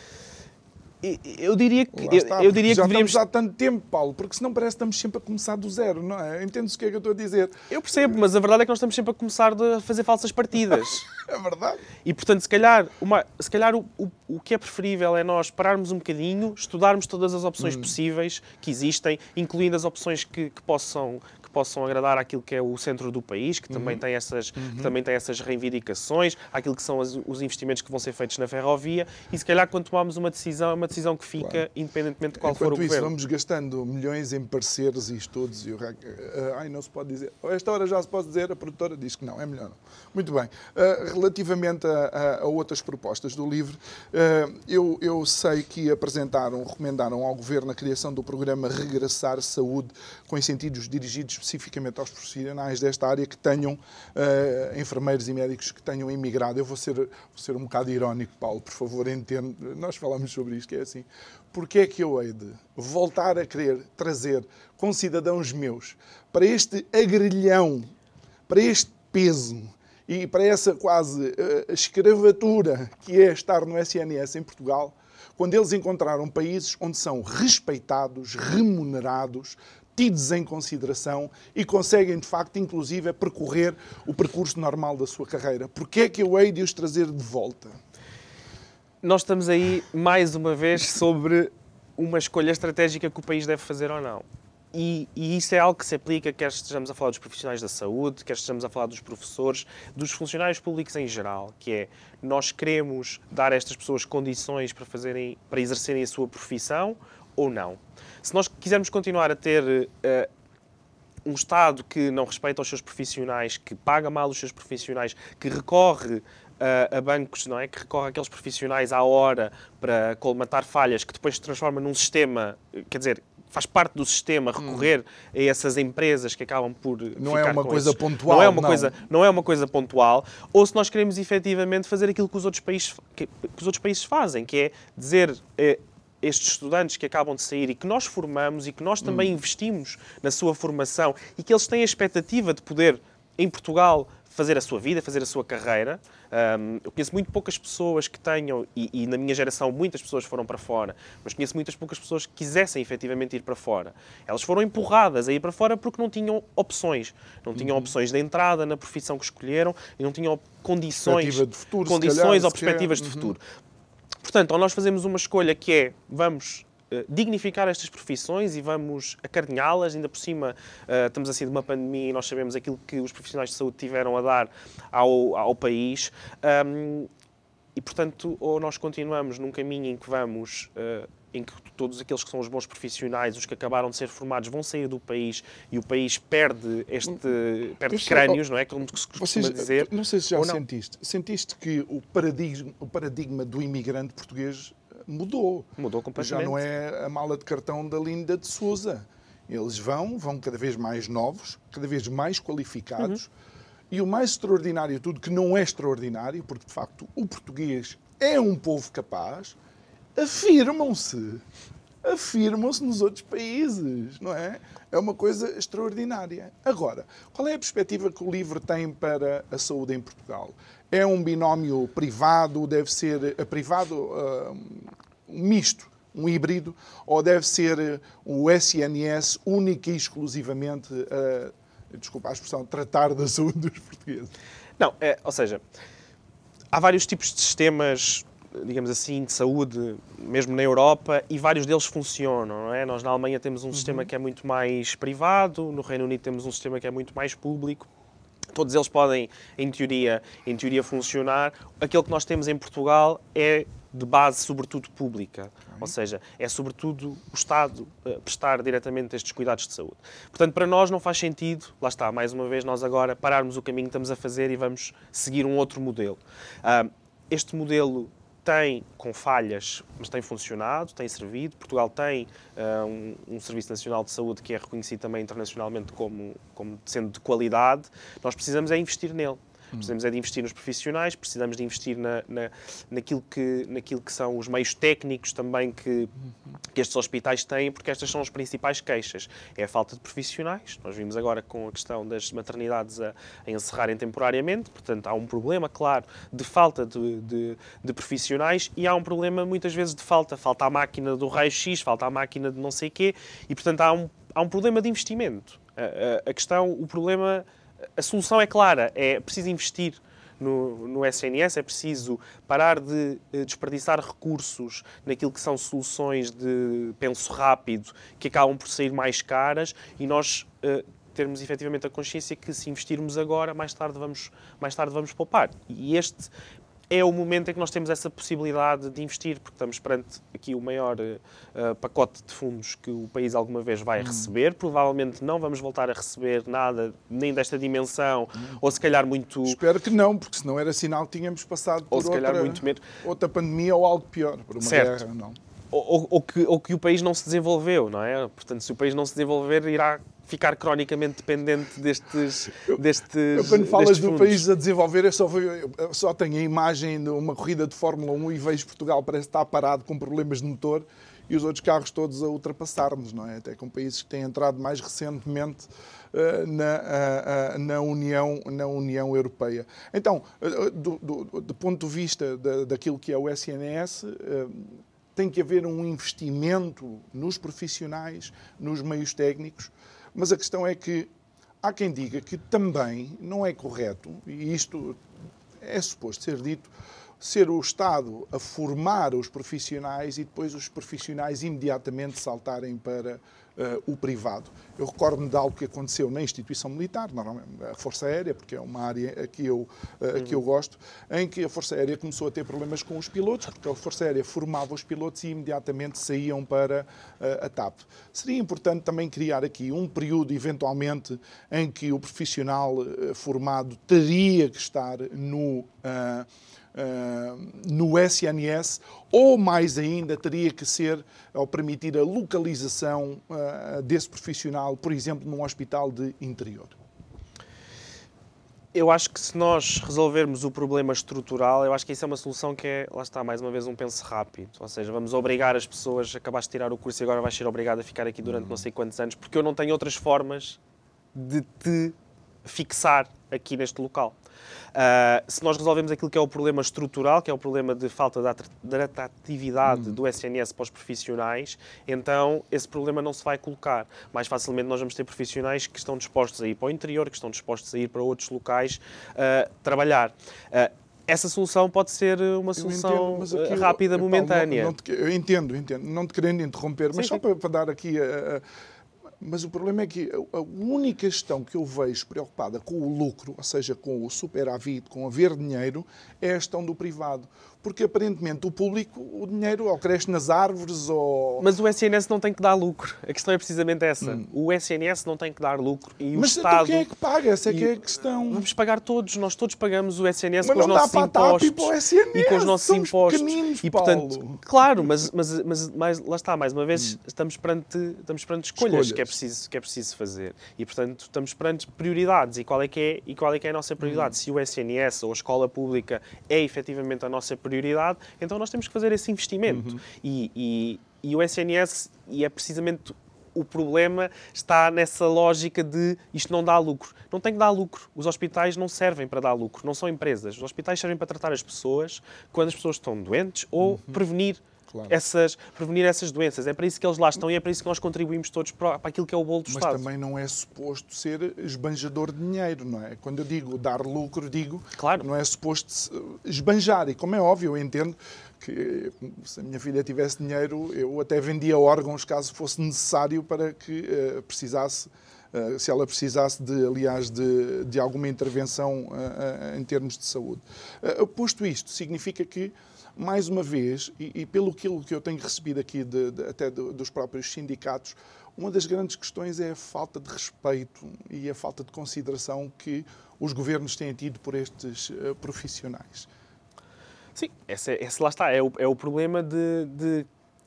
Eu diria que, eu, está, eu diria que já deveríamos... estamos há tanto tempo, Paulo, porque senão parece que estamos sempre a começar do zero, não é? Entendes o que é que eu estou a dizer? Eu percebo, mas a verdade é que nós estamos sempre a começar a fazer falsas partidas. É verdade. E, portanto, se calhar, uma, se calhar o, o, o que é preferível é nós pararmos um bocadinho, estudarmos todas as opções hum. possíveis que existem, incluindo as opções que, que possam... possam agradar àquilo que é o centro do país, que, uhum. também, tem essas, uhum. que também tem essas reivindicações, àquilo que são as, os investimentos que vão ser feitos na ferrovia, e se calhar quando tomarmos uma decisão, é uma decisão que fica claro. independentemente de qual Enquanto for o isso, governo. Vamos gastando milhões em pareceres e estudos, e o... uh, ai, não se pode dizer, a esta hora já se pode dizer, a produtora diz que não, é melhor não. Muito bem. Uh, relativamente a, a, a outras propostas do livro, uh, eu, eu sei que apresentaram, recomendaram ao Governo a criação do programa Regressar Saúde, com incentivos dirigidos especificamente aos profissionais desta área que tenham, uh, enfermeiros e médicos que tenham emigrado. Eu vou ser, vou ser um bocado irónico, Paulo, por favor, entende. Nós falamos sobre isto, que é assim. Porque é que eu hei de voltar a querer trazer concidadãos meus para este agrilhão, para este peso e para essa quase uh, escravatura que é estar no S N S em Portugal, quando eles encontraram países onde são respeitados, remunerados, tidos em consideração e conseguem, de facto, inclusive, percorrer o percurso normal da sua carreira. Porquê é que eu hei de os trazer de volta? Nós estamos aí, mais uma vez, sobre uma escolha estratégica que o país deve fazer ou não. E, e isso é algo que se aplica, quer estejamos a falar dos profissionais da saúde, quer estejamos a falar dos professores, dos funcionários públicos em geral, que é, nós queremos dar a estas pessoas condições para, fazerem, para exercerem a sua profissão ou não. Se nós quisermos continuar a ter uh, um Estado que não respeita os seus profissionais, que paga mal os seus profissionais, que recorre uh, a bancos, não é? Que recorre àqueles profissionais à hora para colmatar falhas, que depois se transforma num sistema, quer dizer, faz parte do sistema recorrer hum. a essas empresas que acabam por não ficar é uma com coisa esses... pontual, não é uma não. coisa não é uma coisa pontual, ou se nós queremos efetivamente fazer aquilo que os outros países que, que os outros países fazem, que é dizer eh, estes estudantes que acabam de sair e que nós formamos e que nós também hum. investimos na sua formação e que eles têm a expectativa de poder, em Portugal, fazer a sua vida, fazer a sua carreira. Um, eu conheço muito poucas pessoas que tenham, e, e na minha geração muitas pessoas foram para fora, mas conheço muitas poucas pessoas que quisessem efetivamente ir para fora. Elas foram empurradas a ir para fora porque não tinham opções. Não tinham uhum. opções de entrada na profissão que escolheram e não tinham condições, de futuro, condições calhar, ou perspectivas de uhum. futuro. Portanto, ou nós fazemos uma escolha que é, vamos uh, dignificar estas profissões e vamos acarinhá-las, ainda por cima uh, estamos a sair de uma pandemia e nós sabemos aquilo que os profissionais de saúde tiveram a dar ao, ao país, um, e portanto, ou nós continuamos num caminho em que vamos... Uh, em que todos aqueles que são os bons profissionais, os que acabaram de ser formados, vão sair do país e o país perde este perde sei, crânios, não é? Como se costuma vocês, dizer. Não sei se já não. sentiste. Sentiste que o paradigma, o paradigma do imigrante português mudou. Mudou completamente. Já não é a mala de cartão da Linda de Sousa. Eles vão, vão cada vez mais novos, cada vez mais qualificados. Uhum. E o mais extraordinário de tudo, que não é extraordinário, porque de facto o português é um povo capaz, afirmam-se, afirmam-se nos outros países, não é? É uma coisa extraordinária. Agora, qual é a perspectiva que o LIVRE tem para a saúde em Portugal? É um binómio privado, deve ser uh, privado, uh, um misto, um híbrido, ou deve ser o S N S único e exclusivamente, uh, desculpa a expressão, tratar da saúde dos portugueses? Não, é, ou seja, há vários tipos de sistemas, digamos assim, de saúde, mesmo na Europa, e vários deles funcionam, não é? Nós na Alemanha temos um uhum. sistema que é muito mais privado, no Reino Unido temos um sistema que é muito mais público. Todos eles podem, em teoria, em teoria funcionar. Aquele que nós temos em Portugal é de base, sobretudo, pública. Okay. Ou seja, é sobretudo o Estado uh, prestar diretamente estes cuidados de saúde. Portanto, para nós não faz sentido, lá está, mais uma vez, nós agora pararmos o caminho que estamos a fazer e vamos seguir um outro modelo. Uh, este modelo tem, com falhas, mas tem funcionado, tem servido. Portugal tem uh, um, um Serviço Nacional de Saúde que é reconhecido também internacionalmente como, como sendo de qualidade. Nós precisamos é investir nele. Precisamos é de investir nos profissionais, precisamos de investir na, na, naquilo, que, naquilo que são os meios técnicos também que, que estes hospitais têm, porque estas são as principais queixas. É a falta de profissionais. Nós vimos agora com a questão das maternidades a, a encerrarem temporariamente, portanto há um problema, claro, de falta de, de, de profissionais e há um problema muitas vezes de falta. Falta a máquina do raio-x, falta a máquina de não sei quê e, portanto, há um, há um problema de investimento. A, a, a questão, o problema... A solução é clara, é preciso investir no, no S N S, é preciso parar de desperdiçar recursos naquilo que são soluções de penso rápido, que acabam por sair mais caras e nós uh, termos efetivamente a consciência que se investirmos agora, mais tarde vamos, mais tarde vamos poupar. E este é o momento em que nós temos essa possibilidade de investir, porque estamos perante aqui o maior uh, pacote de fundos que o país alguma vez vai hum. receber. Provavelmente não vamos voltar a receber nada, nem desta dimensão, hum. ou se calhar muito... Espero que não, porque senão era sinal que tínhamos passado por ou se outra, calhar muito menos. outra pandemia ou algo pior, por uma certo. guerra, não. Ou, ou, ou, que, ou que o país não se desenvolveu, não é? Portanto, se o país não se desenvolver, irá ficar cronicamente dependente destes, destes eu, quando falas do fundos. país a desenvolver, eu só, eu só tenho a imagem de uma corrida de Fórmula um e vejo Portugal parece estar parado com problemas de motor e os outros carros todos a ultrapassar-nos, não é? Até com países que têm entrado mais recentemente uh, na, uh, uh, na, União, na União Europeia. Então, uh, do, do, do ponto de vista da, daquilo que é o S N S, uh, tem que haver um investimento nos profissionais, nos meios técnicos, mas a questão é que há quem diga que também não é correto, e isto é suposto ser dito, ser o Estado a formar os profissionais e depois os profissionais imediatamente saltarem para uh, o privado. Eu recordo-me de algo que aconteceu na instituição militar, normalmente a Força Aérea, porque é uma área a que eu, uh, a que eu gosto, em que a Força Aérea começou a ter problemas com os pilotos, porque a Força Aérea formava os pilotos e imediatamente saíam para uh, a TAP. Seria importante também criar aqui um período, eventualmente, em que o profissional uh, formado teria que estar no... Uh, Uh, no S N S, ou mais ainda teria que ser ao permitir a localização uh, desse profissional, por exemplo, num hospital de interior. Eu acho que se nós resolvermos o problema estrutural, eu acho que isso é uma solução que é, lá está, mais uma vez, um penso rápido. Ou seja, vamos obrigar as pessoas, acabaste de tirar o curso e agora vais ser obrigado a ficar aqui durante não sei quantos anos, porque eu não tenho outras formas de te fixar aqui neste local. Uh, se nós resolvemos aquilo que é o problema estrutural, que é o problema de falta de atratividade hum. do S N S para os profissionais, então esse problema não se vai colocar. Mais facilmente nós vamos ter profissionais que estão dispostos a ir para o interior, que estão dispostos a ir para outros locais uh, trabalhar. Uh, Essa solução pode ser uma solução entendo, aqui, rápida, Paulo, momentânea. Não, não te, eu entendo, entendo. Não te querendo interromper, mas sim, só sim. Para, para dar aqui... A, a, mas o problema é que a única questão que eu vejo preocupada com o lucro, ou seja, com o superávit, com haver dinheiro, é a questão do privado. Porque, aparentemente, o público, o dinheiro ou cresce nas árvores ou... Mas o S N S não tem que dar lucro. A questão é precisamente essa. Hum. O S N S não tem que dar lucro e mas o Estado... Mas quem é que paga? Essa é que é a questão. Vamos pagar todos. Nós todos pagamos o S N S mas com os nossos impostos. Para o S N S. E com os nossos Somos impostos. Pequeninos, e, portanto, Paulo. Claro, mas, mas, mas mais, lá está, mais uma vez, hum. estamos, perante, estamos perante escolhas, escolhas. Que, é preciso, que é preciso fazer. E, portanto, estamos perante prioridades. E qual é que é, e qual é, que é a nossa prioridade? Hum. Se o S N S ou a escola pública é efetivamente a nossa prioridade, então nós temos que fazer esse investimento. Uhum. E, e, e o S N S, e é precisamente o problema, está nessa lógica de isto não dá lucro. Não tem que dar lucro. Os hospitais não servem para dar lucro, não são empresas. Os hospitais servem para tratar as pessoas quando as pessoas estão doentes ou uhum. prevenir. Claro. Essas, prevenir essas doenças. É para isso que eles lá estão e é para isso que nós contribuímos todos para, para aquilo que é o bolo do Mas Estado. Mas também não é suposto ser esbanjador de dinheiro, não é? Quando eu digo dar lucro, digo claro. Não é suposto esbanjar. E como é óbvio, eu entendo que se a minha filha tivesse dinheiro, eu até vendia órgãos caso fosse necessário para que uh, precisasse, uh, se ela precisasse, de, aliás, de, de alguma intervenção uh, uh, em termos de saúde. Uh, posto isto, significa que mais uma vez, e, e pelo que eu tenho recebido aqui de, de, até de, dos próprios sindicatos, uma das grandes questões é a falta de respeito e a falta de consideração que os governos têm tido por estes uh, profissionais. Sim, esse, esse lá está, é o, é o problema de, de,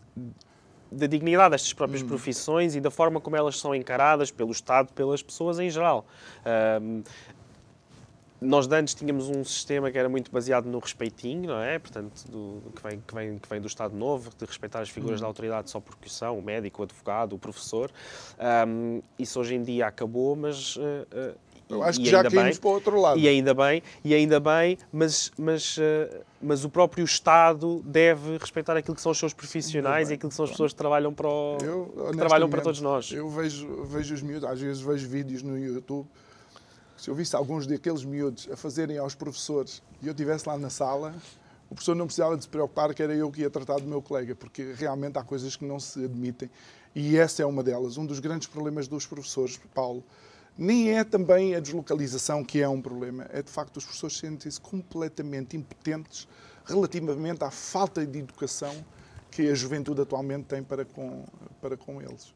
da dignidade destas próprias hum. profissões e da forma como elas são encaradas pelo Estado, pelas pessoas em geral. Um, Nós de antes tínhamos um sistema que era muito baseado no respeitinho, não é? Portanto, do, que, vem, que, vem, que vem do Estado Novo, de respeitar as figuras hum. da autoridade só porque são, o médico, o advogado, o professor. Um, isso hoje em dia acabou, mas... Uh, uh, Eu acho que já caímos para o outro lado. E ainda bem, e ainda bem, mas, mas, uh, mas o próprio Estado deve respeitar aquilo que são os seus profissionais e aquilo que são as pessoas que trabalham para, o, eu, que trabalham para todos nós. Eu vejo, vejo os miúdos, às vezes vejo vídeos no YouTube. Se eu visse alguns daqueles miúdos a fazerem aos professores e eu estivesse lá na sala, o professor não precisava de se preocupar que era eu que ia tratar do meu colega, porque realmente há coisas que não se admitem. E essa é uma delas. Um dos grandes problemas dos professores, Paulo, nem é também a deslocalização que é um problema. É, de facto, os professores sentem-se completamente impotentes relativamente à falta de educação que a juventude atualmente tem para com, para com eles.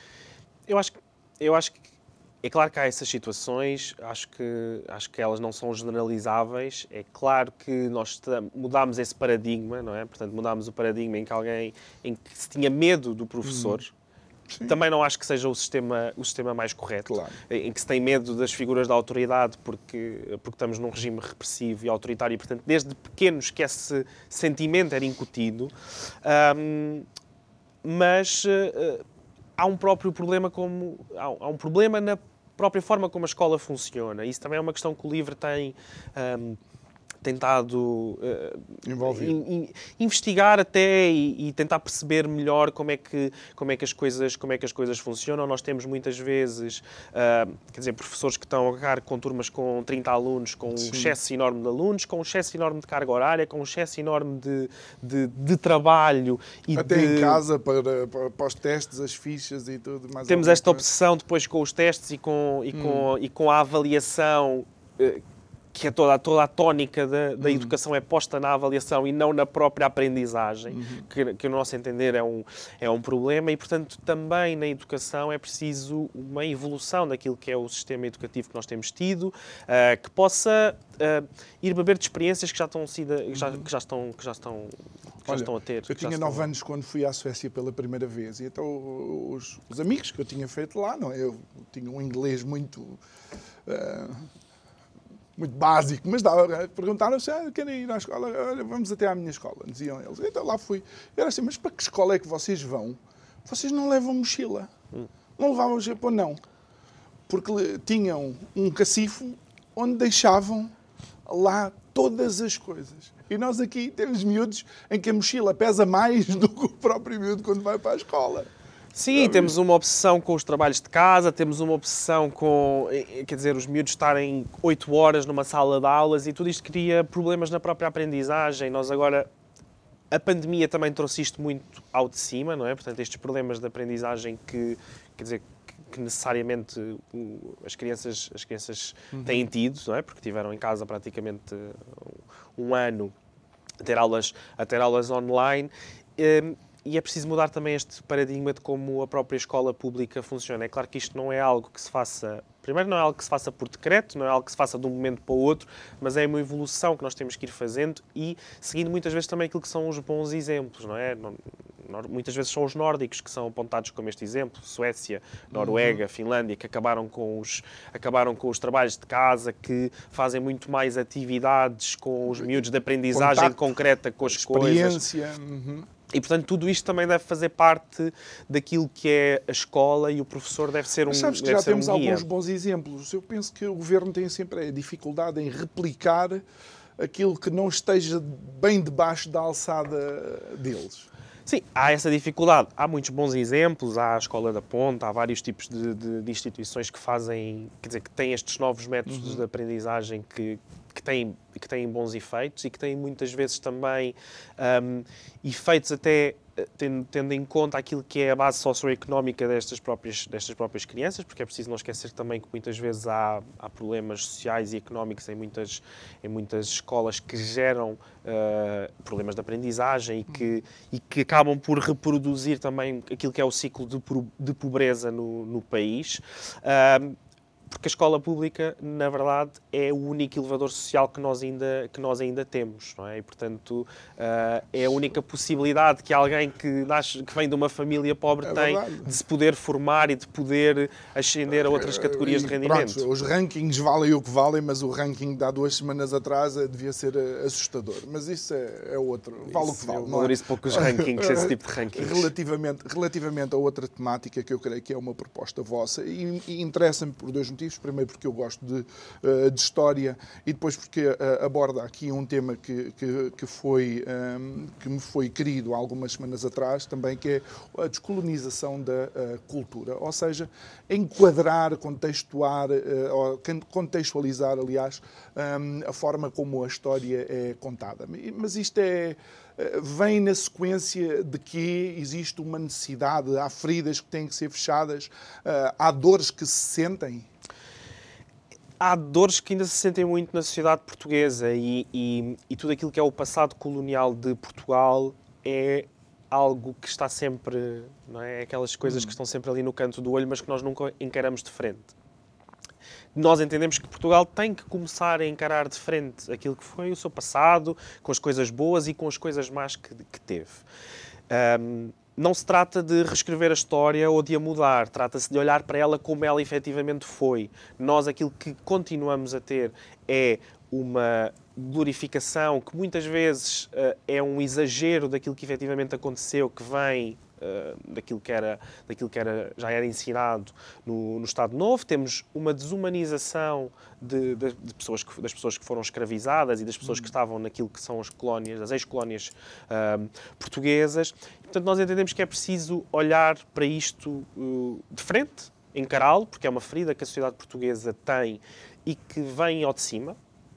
Eu acho, eu acho que é claro que há essas situações, acho que, acho que elas não são generalizáveis. É claro que nós mudámos esse paradigma, não é? Portanto, mudámos o paradigma em que alguém em que se tinha medo do professor. Hum. Também não acho que seja o sistema, o sistema mais correto, claro. Em que se tem medo das figuras da autoridade porque, porque estamos num regime repressivo e autoritário e, portanto, desde pequenos que esse sentimento era incutido. Um, mas uh, há um próprio problema como... Há, há um problema na própria forma como a escola funciona. Isso também é uma questão que o LIVRE tem... Um, tentado uh, in, in, investigar até e, e tentar perceber melhor como é que como é que as coisas como é que as coisas funcionam. Nós temos muitas vezes uh, quer dizer professores que estão a agarrar com turmas com trinta alunos, com um Sim. excesso enorme de alunos, com um excesso enorme de carga horária, com um excesso enorme de, de, de trabalho e até de... em casa para, para, para os testes, as fichas e tudo mais. Temos esta obsessão depois com os testes e com e hum. com e com a avaliação uh, que é toda, toda a tónica da, da uhum. educação é posta na avaliação e não na própria aprendizagem, uhum. que, que, no nosso entender, é um, é um problema e, portanto, também na educação é preciso uma evolução daquilo que é o sistema educativo que nós temos tido, uh, que possa uh, ir beber de experiências que já estão, que já, que já estão, que já estão, que Olha, já estão a ter. Eu tinha nove estão... anos quando fui à Suécia pela primeira vez e então os, os amigos que eu tinha feito lá, não, eu tinha um inglês muito... Uh, muito básico, mas dava, perguntaram-se, ah, querem ir à escola? Olha, vamos até à minha escola, diziam eles. Então lá fui. Eu era assim, mas para que escola é que vocês vão? Vocês não levam mochila. Hum. Não levavam mochila, pô, não. Porque tinham um cacifo onde deixavam lá todas as coisas. E nós aqui temos miúdos em que a mochila pesa mais do que o próprio miúdo quando vai para a escola. Sim, temos uma obsessão com os trabalhos de casa, temos uma obsessão com, quer dizer, os miúdos estarem oito horas numa sala de aulas e tudo isto cria problemas na própria aprendizagem. Nós agora, a pandemia também trouxe isto muito ao de cima, não é? Portanto, estes problemas de aprendizagem que, quer dizer, que necessariamente as crianças, as crianças uhum. têm tido, não é? Porque tiveram em casa praticamente um ano a ter aulas, a ter aulas online. E é preciso mudar também este paradigma de como a própria escola pública funciona. É claro que isto não é algo que se faça... Primeiro, não é algo que se faça por decreto, não é algo que se faça de um momento para o outro, mas é uma evolução que nós temos que ir fazendo e seguindo muitas vezes também aquilo que são os bons exemplos, não é? Muitas vezes são os nórdicos que são apontados como este exemplo, Suécia, Noruega, uhum. Finlândia, que acabaram com, os, acabaram com os trabalhos de casa, que fazem muito mais atividades com os miúdos de aprendizagem Contacto, concreta com as experiência. coisas. Uhum. E, portanto, tudo isto também deve fazer parte daquilo que é a escola e o professor deve ser um guia. Mas sabes que já temos um alguns bons exemplos. Eu penso que o Governo tem sempre a dificuldade em replicar aquilo que não esteja bem debaixo da alçada deles. Sim, há essa dificuldade. Há muitos bons exemplos, há a Escola da Ponta, há vários tipos de, de, de instituições que fazem, quer dizer, que têm estes novos métodos uhum. de aprendizagem que, que, têm, que têm bons efeitos e que têm muitas vezes também um, efeitos até tendo, tendo em conta aquilo que é a base socioeconómica destas próprias, destas próprias crianças, porque é preciso não esquecer também que muitas vezes há, há problemas sociais e económicos em muitas, em muitas escolas que geram uh, problemas de aprendizagem e que, e que acabam por reproduzir também aquilo que é o ciclo de, de pobreza no, no país. Uh, porque a escola pública, na verdade, é o único elevador social que nós ainda, que nós ainda temos, não é? E, portanto, uh, é a única possibilidade que alguém que, nasce, que vem de uma família pobre é tem verdade. de se poder formar e de poder ascender a outras categorias e, de rendimento. Pronto, os rankings valem o que valem, mas o ranking de há duas semanas atrás devia ser assustador. Mas isso é, é outro, vale Isso, o que vale. eu Não é? valorizo pouco os rankings, esse tipo de rankings. Relativamente, relativamente a outra temática que eu creio que é uma proposta vossa, e, e interessa-me por dois motivos. Primeiro porque eu gosto de, de história e depois porque aborda aqui um tema que, que, que, foi, um, que me foi querido há algumas semanas atrás também, que é a descolonização da uh, cultura. Ou seja, enquadrar, contextuar, uh, contextualizar, aliás, um, a forma como a história é contada. Mas isto é... vem na sequência de que existe uma necessidade, há feridas que têm que ser fechadas, há dores que se sentem? Há dores que ainda se sentem muito na sociedade portuguesa e, e, e tudo aquilo que é o passado colonial de Portugal é algo que está sempre, não é? Aquelas coisas hum. que estão sempre ali no canto do olho, mas que nós nunca encaramos de frente. Nós entendemos que Portugal tem que começar a encarar de frente aquilo que foi o seu passado, com as coisas boas e com as coisas más que, que teve. Um, não se trata de reescrever a história ou de a mudar, trata-se de olhar para ela como ela efetivamente foi. Nós aquilo que continuamos a ter é uma glorificação que muitas vezes uh, é um exagero daquilo que efetivamente aconteceu, que vem uh, daquilo, que era, daquilo que era, já era ensinado no, no Estado Novo. Temos uma desumanização de, de, de pessoas que, das pessoas que foram escravizadas e das pessoas que estavam naquilo que são as colónias, as ex-colónias uh, portuguesas. E, portanto, nós entendemos que é preciso olhar para isto uh, de frente, encará-lo, porque é uma ferida que a sociedade portuguesa tem e que vem ao de cima.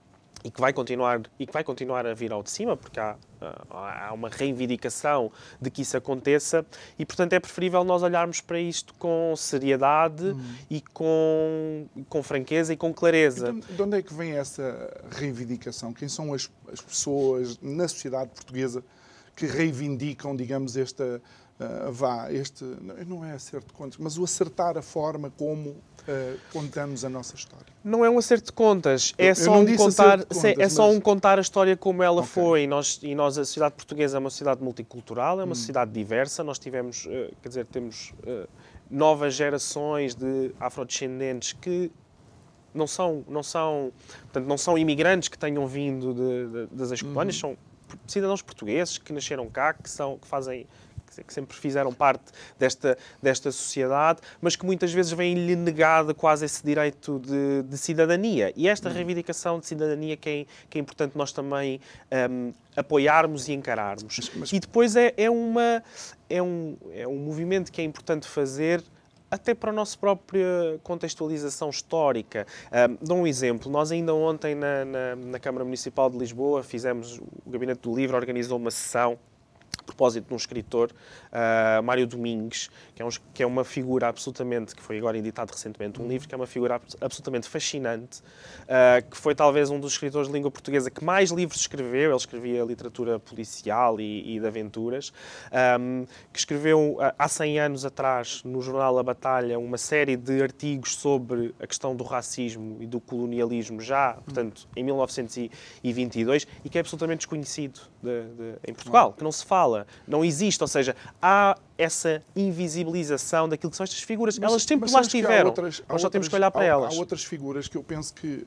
E que, vai continuar, e que vai continuar a vir ao de cima, porque há, há uma reivindicação de que isso aconteça e, portanto, é preferível nós olharmos para isto com seriedade hum. e com, com franqueza e com clareza. Então, de onde é que vem essa reivindicação? Quem são as, as pessoas na sociedade portuguesa que reivindicam, digamos, esta... Uh, vá, este, não é acerto de contas, mas o acertar a forma como uh, contamos a nossa história. Não é um acerto de contas, é, eu, só, eu um contar, contas, é só mas... um contar a história como ela okay. foi. E nós, e nós, a sociedade portuguesa é uma sociedade multicultural, é uma hum. sociedade diversa. Nós tivemos, uh, quer dizer, temos uh, novas gerações de afrodescendentes que não são, não são, portanto, não são imigrantes que tenham vindo de, de, das ex-colónias, uhum. são cidadãos portugueses que nasceram cá, que, são, que fazem... que sempre fizeram parte desta, desta sociedade, mas que muitas vezes vem-lhe negado quase esse direito de, de cidadania. E esta hum. reivindicação de cidadania que é, que é importante nós também um, apoiarmos e encararmos. Mas, mas... E depois é, é, uma, é, um, é um movimento que é importante fazer até para a nossa própria contextualização histórica. Um, dou um exemplo. Nós ainda ontem na, na, na Câmara Municipal de Lisboa fizemos, o Gabinete do Livro organizou uma sessão a propósito de um escritor, uh, Mário Domingues, que é, um, que é uma figura absolutamente, que foi agora editado recentemente, um livro que é uma figura absolutamente fascinante, uh, que foi talvez um dos escritores de língua portuguesa que mais livros escreveu. Ele escrevia literatura policial e, e de aventuras, um, que escreveu uh, há cem anos atrás, no jornal A Batalha, uma série de artigos sobre a questão do racismo e do colonialismo, já, portanto, em mil novecentos e vinte e dois, e que é absolutamente desconhecido de, de, em Portugal, que não se fala. Não existe, ou seja, há essa invisibilização daquilo que são estas figuras. Mas, elas sempre lá estiveram, outras, nós só outras, temos que olhar para há, elas. Há outras figuras que eu penso que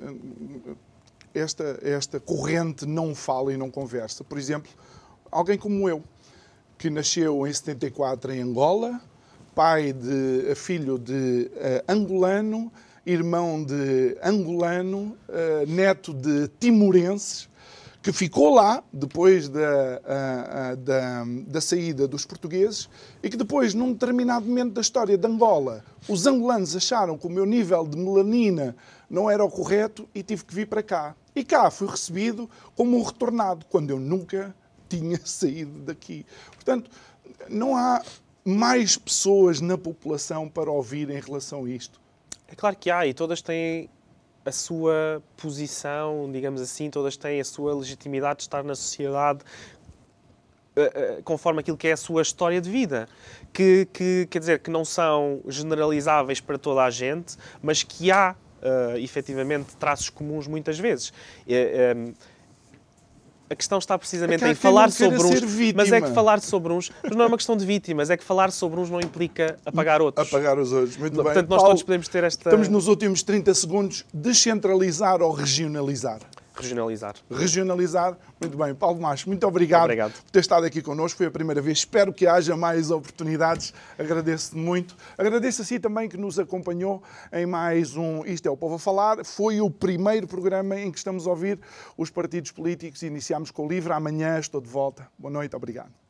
esta, esta corrente não fala e não conversa. Por exemplo, alguém como eu, que nasceu em setenta e quatro em Angola, pai de filho de uh, angolano, irmão de angolano, uh, neto de timorenses, que ficou lá depois da, a, a, da, da saída dos portugueses e que depois, num determinado momento da história de Angola, os angolanos acharam que o meu nível de melanina não era o correto e tive que vir para cá. E cá fui recebido como um retornado, quando eu nunca tinha saído daqui. Portanto, não há mais pessoas na população para ouvir em relação a isto. É claro que há, e todas têm a sua posição, digamos assim, todas têm a sua legitimidade de estar na sociedade uh, uh, conforme aquilo que é a sua história de vida. Que, que, quer dizer, que não são generalizáveis para toda a gente, mas que há uh, efetivamente, traços comuns muitas vezes. É, é, a questão está precisamente é em falar sobre uns, vítima. mas é que falar sobre uns, mas não é uma questão de vítimas, é que falar sobre uns não implica apagar outros. Apagar os outros, muito Portanto, bem. nós Paulo, todos podemos ter esta... Estamos nos últimos trinta segundos. Descentralizar ou regionalizar? Regionalizar. Regionalizar. Muito bem. Paulo Macho, muito obrigado, obrigado por ter estado aqui connosco. Foi a primeira vez. Espero que haja mais oportunidades. Agradeço-te muito. Agradeço a si também que nos acompanhou em mais um Isto é o Povo a Falar. Foi o primeiro programa em que estamos a ouvir os partidos políticos. Iniciámos com o LIVRE. Amanhã estou de volta. Boa noite. Obrigado.